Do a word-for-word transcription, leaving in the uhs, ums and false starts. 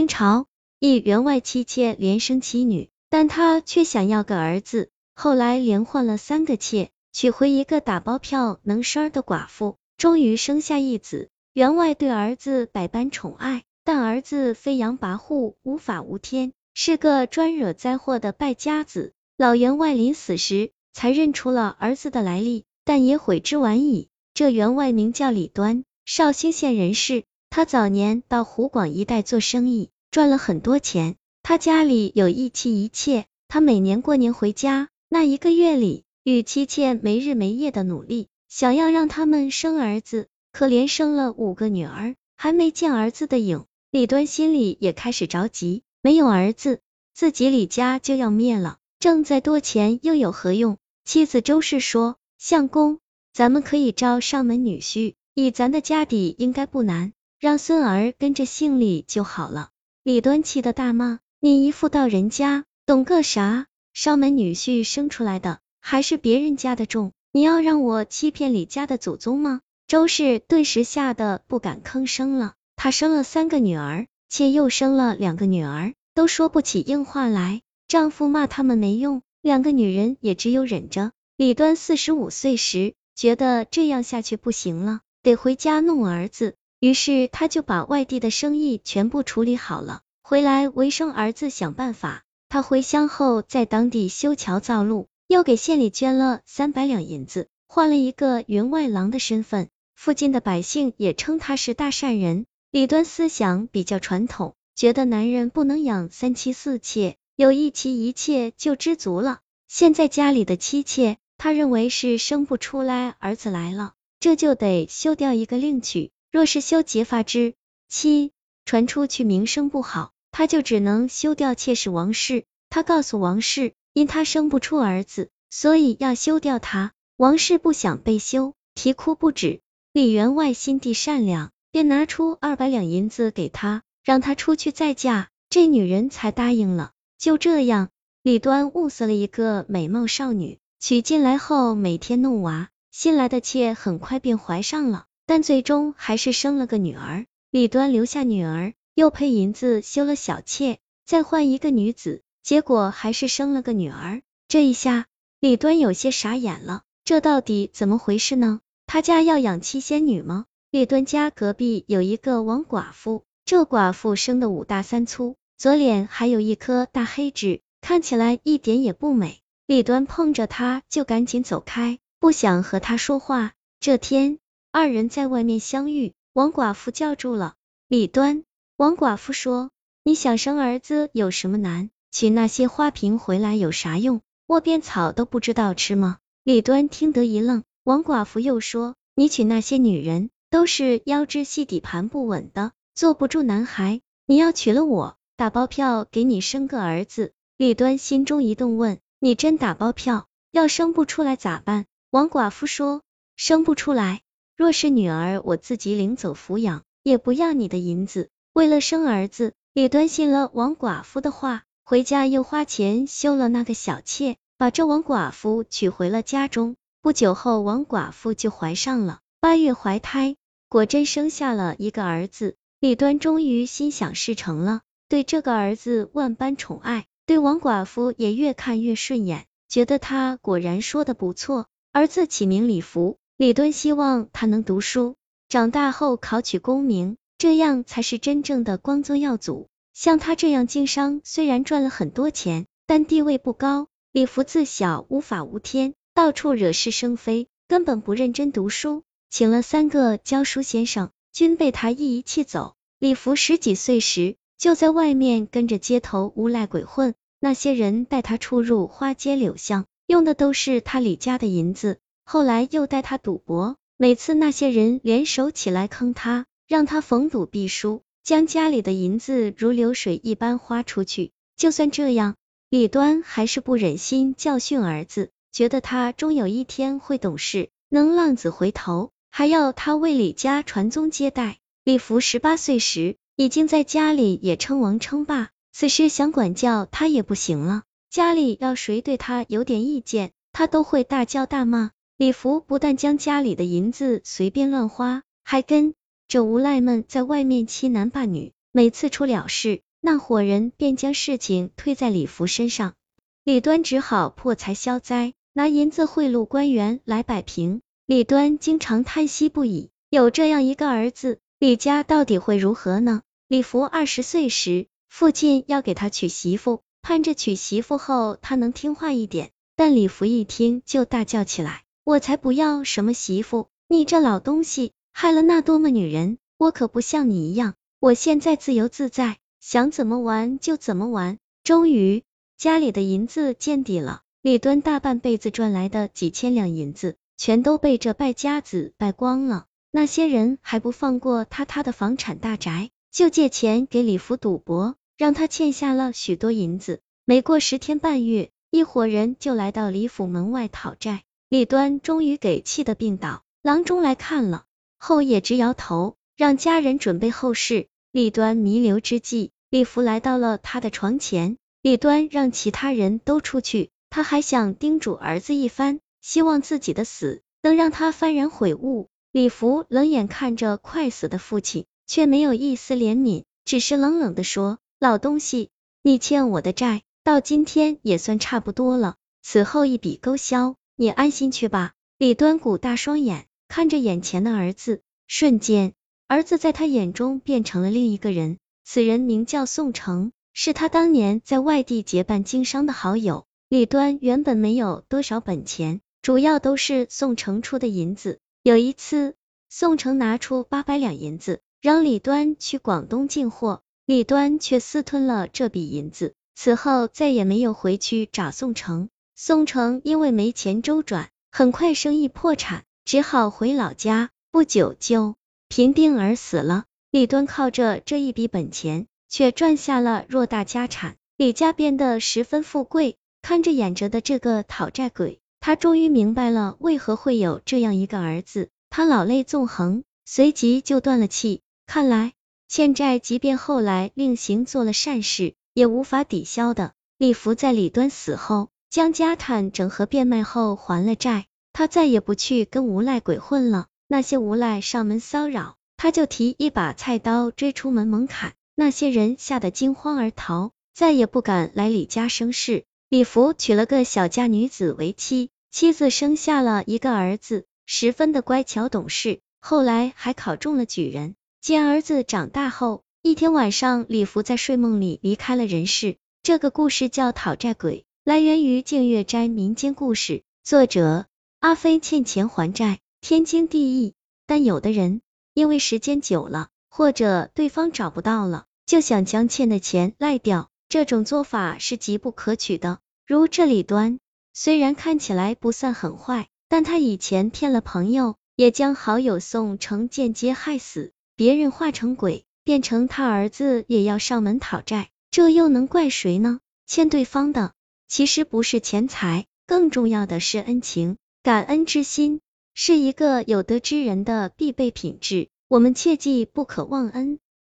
明朝，一员外妻妾连生七女，但他却想要个儿子，后来连换了三个妾，娶回一个打包票能生儿的寡妇，终于生下一子。员外对儿子百般宠爱，但儿子飞扬跋扈，无法无天，是个专惹灾祸的败家子。老员外临死时才认出了儿子的来历，但也悔之晚矣。这员外名叫李端，绍兴县人士。他早年到湖广一带做生意，赚了很多钱。他家里有一妻一妾，他每年过年回家，那一个月里，与妻妾没日没夜的努力，想要让他们生儿子，可连生了五个女儿，还没见儿子的影。李端心里也开始着急，没有儿子，自己李家就要灭了，挣再多钱又有何用？妻子周氏说，相公，咱们可以招上门女婿，以咱的家底应该不难，让孙儿跟着姓李就好了。李端气得大骂，你一妇道人家，懂个啥？上门女婿生出来的，还是别人家的种，你要让我欺骗李家的祖宗吗？周氏顿时吓得不敢吭声了。她生了三个女儿，且又生了两个女儿，都说不起硬话来，丈夫骂他们没用，两个女人也只有忍着。李端四十五岁时，觉得这样下去不行了，得回家弄儿子。于是他就把外地的生意全部处理好了，回来为生儿子想办法。他回乡后在当地修桥造路，又给县里捐了三百两银子，换了一个员外郎的身份。附近的百姓也称他是大善人。李端思想比较传统，觉得男人不能养三妻四妾，有一妻一妾就知足了。现在家里的妻妾，他认为是生不出来儿子来了，这就得休掉一个另娶。若是休结发之妻，传出去名声不好，他就只能休掉妾室王氏。他告诉王氏，因他生不出儿子，所以要休掉他。王氏不想被休，啼哭不止。李员外心地善良，便拿出二百两银子给他，让他出去再嫁。这女人才答应了。就这样，李端物色了一个美貌少女，娶进来后每天弄娃，新来的妾很快便怀上了。但最终还是生了个女儿。李端留下女儿，又配银子休了小妾，再换一个女子，结果还是生了个女儿。这一下，李端有些傻眼了，这到底怎么回事呢？他家要养七仙女吗？李端家隔壁有一个王寡妇，这寡妇生的五大三粗，左脸还有一颗大黑痣，看起来一点也不美。李端碰着她就赶紧走开，不想和她说话。这天，二人在外面相遇，王寡妇叫住了李端。王寡妇说，你想生儿子有什么难？娶那些花瓶回来有啥用？窝边草都不知道吃吗？李端听得一愣。王寡妇又说，你娶那些女人都是腰肢细底盘不稳的，坐不住男孩，你要娶了我，打包票给你生个儿子。李端心中一动，问，你真打包票？要生不出来咋办？王寡妇说，生不出来，若是女儿，我自己领走抚养，也不要你的银子。为了生儿子，李端信了王寡妇的话，回家又花钱休了那个小妾，把这王寡妇娶回了家中。不久后，王寡妇就怀上了，八月怀胎，果真生下了一个儿子。李端终于心想事成了，对这个儿子万般宠爱，对王寡妇也越看越顺眼，觉得他果然说的不错。儿子起名李福，李端希望他能读书，长大后考取功名，这样才是真正的光宗耀祖。像他这样经商，虽然赚了很多钱，但地位不高。李福自小无法无天，到处惹是生非，根本不认真读书，请了三个教书先生，均被他一一气走。李福十几岁时，就在外面跟着街头无赖鬼混，那些人带他出入花街柳巷，用的都是他李家的银子。后来又带他赌博，每次那些人联手起来坑他，让他逢赌必输，将家里的银子如流水一般花出去。就算这样，李端还是不忍心教训儿子，觉得他终有一天会懂事，能浪子回头，还要他为李家传宗接代。李福十八岁时，已经在家里也称王称霸，此时想管教他也不行了，家里要谁对他有点意见，他都会大叫大骂。李福不但将家里的银子随便乱花，还跟这无赖们在外面欺男霸女，每次出了事， 那伙人便将事情推在李福身上，李端只好破财消灾，拿银子贿赂官员来摆平。李端经常叹息不已，有这样一个儿子，李家到底会如何呢？李福二十岁时，父亲要给他娶媳妇，盼着娶媳妇后他能听话一点，但李福一听就大叫起来，我才不要什么媳妇，你这老东西，害了那多么女人，我可不像你一样，我现在自由自在，想怎么玩就怎么玩。终于家里的银子见底了，李端大半辈子赚来的几千两银子全都被这败家子败光了。那些人还不放过他他的房产大宅，就借钱给李福赌博，让他欠下了许多银子。没过十天半月，一伙人就来到李府门外讨债，李端终于给气得病倒，郎中来看了后也直摇头，让家人准备后事。李端弥留之际，李福来到了他的床前，李端让其他人都出去，他还想叮嘱儿子一番，希望自己的死能让他幡然悔悟。李福冷眼看着快死的父亲，却没有一丝怜悯，只是冷冷地说，老东西，你欠我的债到今天也算差不多了，此后一笔勾销，你安心去吧。李端鼓大双眼看着眼前的儿子，瞬间儿子在他眼中变成了另一个人，此人名叫宋成，是他当年在外地结伴经商的好友。李端原本没有多少本钱，主要都是宋成出的银子。有一次，宋成拿出八百两银子，让李端去广东进货，李端却私吞了这笔银子，此后再也没有回去找宋成。宋成因为没钱周转，很快生意破产，只好回老家，不久就贫病而死了。李端靠着这一笔本钱，却赚下了偌大家产，李家变得十分富贵。看着眼着的这个讨债鬼，他终于明白了为何会有这样一个儿子，他老泪纵横，随即就断了气。看来欠债即便后来另行做了善事，也无法抵消的。李福在李端死后，将家产整合变卖后还了债，他再也不去跟无赖鬼混了。那些无赖上门骚扰，他就提一把菜刀追出门猛砍，那些人吓得惊慌而逃，再也不敢来李家生事。李福娶了个小家女子为妻，妻子生下了一个儿子，十分的乖巧懂事，后来还考中了举人。见儿子长大后，一天晚上，李福在睡梦里离开了人世。这个故事叫讨债鬼，来源于净月斋民间故事，作者阿飞欠钱还债，天经地义，但有的人因为时间久了，或者对方找不到了，就想将欠的钱赖掉，这种做法是极不可取的。如这李端，虽然看起来不算很坏，但他以前骗了朋友，也将好友宋成间接害死，别人化成鬼，变成他儿子也要上门讨债，这又能怪谁呢？欠对方的其实不是钱财，更重要的是恩情，感恩之心是一个有德之人的必备品质，我们切记不可忘恩。